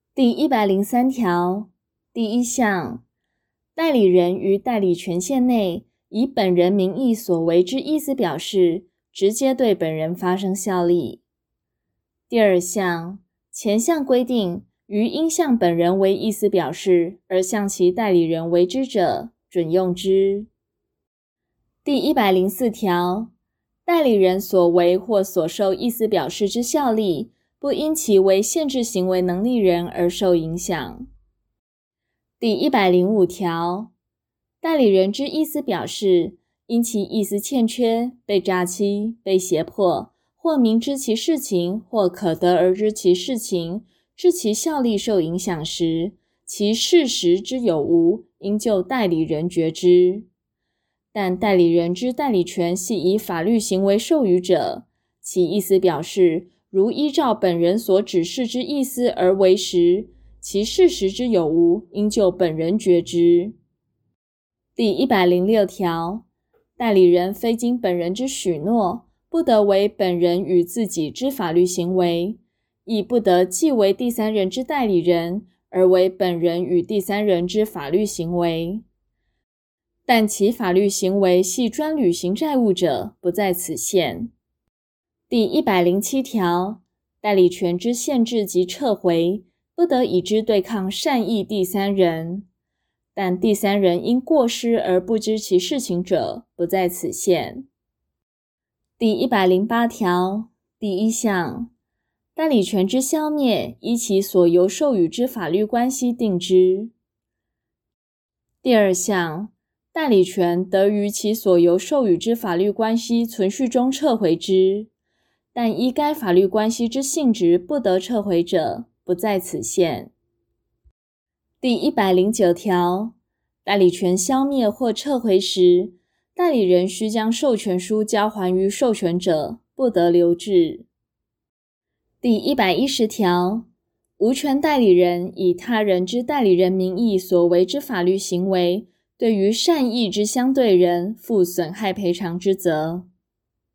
第103条第一项，代理人于代理权限内以本人名义所为之意思表示，直接对本人发生效力。第二项，前项规定于应向本人为意思表示而向其代理人为之者，准用之。第104条，代理人所为或所受意思表示之效力，不因其为限制行为能力人而受影响。第105条，代理人之意思表示，因其意思欠缺、被诈欺、被胁迫，或明知其事情或可得而知其事情，致其效力受影响时，其事实之有无，应就代理人决之。但代理人之代理权系以法律行为授予者，其意思表示如依照本人所指示之意思而为时，其事实之有无，应就本人决之。第106条，代理人非经本人之许诺，不得为本人与自己之法律行为，亦不得既为第三人之代理人，而为本人与第三人之法律行为。但其法律行为系专履行债务者，不在此限。第107条，代理权之限制及撤回，不得以之对抗善意第三人，但第三人因过失而不知其事情者，不在此限。第108条第一项，代理权之消灭，依其所由授予之法律关系定之。第二项，代理权得于其所由授予之法律关系存续中撤回之，但依该法律关系之性质不得撤回者，不在此限。第109条，代理权消灭或撤回时，代理人须将授权书交还于授权者，不得留置。第110条，无权代理人以他人之代理人名义所为之法律行为，对于善意之相对人负损害赔偿之责。